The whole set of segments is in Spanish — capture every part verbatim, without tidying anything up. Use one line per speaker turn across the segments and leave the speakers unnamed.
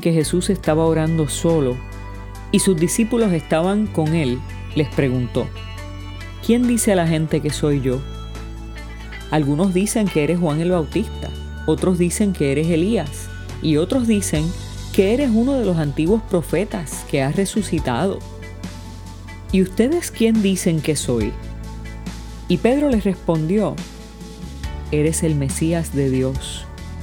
que Jesús estaba orando solo y sus discípulos estaban con él, les preguntó: ¿quién dice a la gente que soy yo? Algunos dicen que eres Juan el Bautista, otros dicen que eres Elías, y otros dicen que eres uno de los antiguos profetas que has resucitado. ¿Y ustedes quién dicen que soy? Y Pedro les respondió: eres el Mesías de Dios.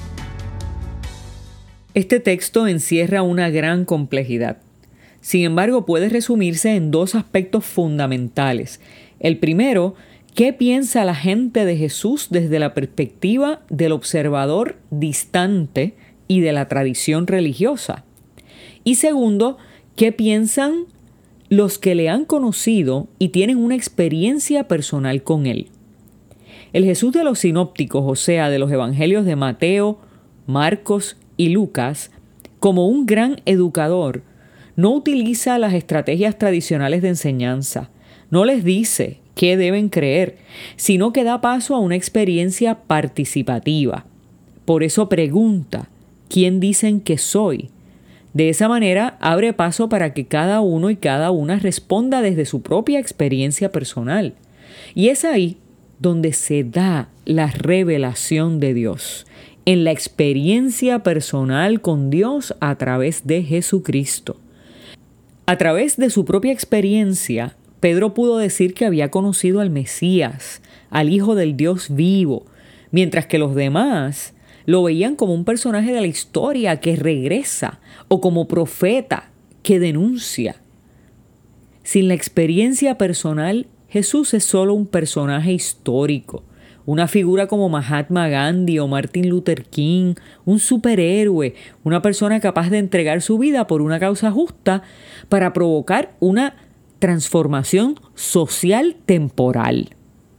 Este texto encierra una gran complejidad. Sin embargo, puede resumirse en dos aspectos fundamentales. El primero, ¿qué piensa la gente de Jesús desde la perspectiva del observador distante y de la tradición religiosa? Y segundo, ¿qué piensan los que le han conocido y tienen una experiencia personal con él? El Jesús de los sinópticos, o sea, de los evangelios de Mateo, Marcos y Lucas, como un gran educador, no utiliza las estrategias tradicionales de enseñanza, no les dice qué deben creer, sino que da paso a una experiencia participativa. Por eso pregunta: ¿quién dicen que soy? De esa manera abre paso para que cada uno y cada una responda desde su propia experiencia personal. Y es ahí donde se da la revelación de Dios, en la experiencia personal con Dios a través de Jesucristo. A través de su propia experiencia, Pedro pudo decir que había conocido al Mesías, al Hijo del Dios vivo, mientras que los demás lo veían como un personaje de la historia que regresa o como profeta que denuncia. Sin la experiencia personal, Jesús es solo un personaje histórico, una figura como Mahatma Gandhi o Martin Luther King, un superhéroe, una persona capaz de entregar su vida por una causa justa para provocar una transformación social temporal.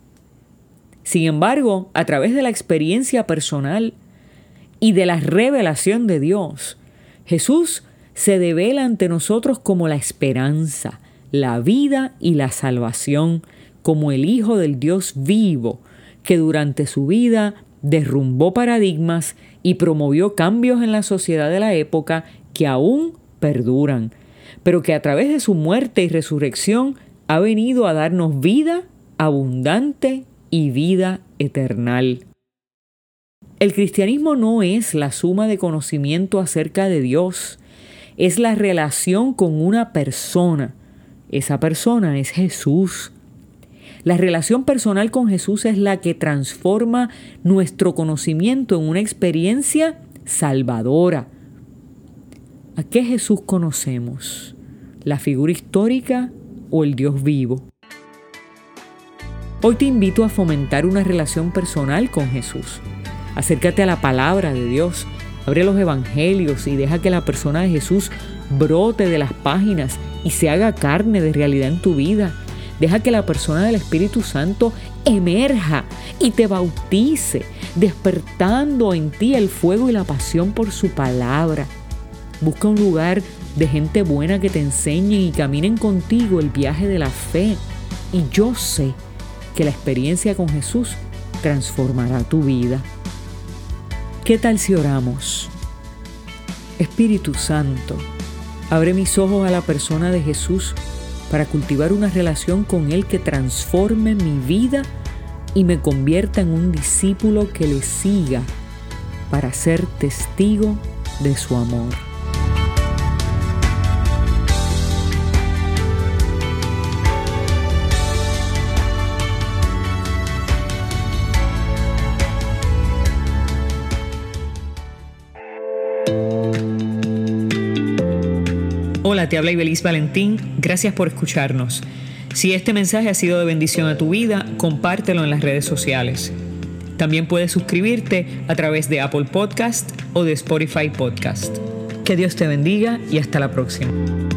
Sin embargo, a través de la experiencia personal y de la revelación de Dios, Jesús se devela ante nosotros como la esperanza, la vida y la salvación, como el Hijo del Dios vivo, que durante su vida derrumbó paradigmas y promovió cambios en la sociedad de la época que aún perduran, pero que a través de su muerte y resurrección ha venido a darnos vida abundante y vida eternal. El cristianismo no es la suma de conocimiento acerca de Dios, es la relación con una persona. Esa persona es Jesús. La relación personal con Jesús es la que transforma nuestro conocimiento en una experiencia salvadora. ¿A qué Jesús conocemos? ¿La figura histórica o el Dios vivo? Hoy te invito a fomentar una relación personal con Jesús. Acércate a la palabra de Dios, abre los evangelios y deja que la persona de Jesús brote de las páginas y se haga carne de realidad en tu vida. Deja que la persona del Espíritu Santo emerja y te bautice, despertando en ti el fuego y la pasión por su palabra. Busca un lugar de gente buena que te enseñen y caminen contigo el viaje de la fe. Y yo sé que la experiencia con Jesús transformará tu vida. ¿Qué tal si oramos? Espíritu Santo, abre mis ojos a la persona de Jesús para cultivar una relación con Él que transforme mi vida y me convierta en un discípulo que le siga para ser testigo de su amor. Hola, te habla Ibeliz Valentín. Gracias por escucharnos. Si este mensaje ha sido de bendición a tu vida, compártelo en las redes sociales. También puedes suscribirte a través de Apple Podcast o de Spotify Podcast. Que Dios te bendiga y hasta la próxima.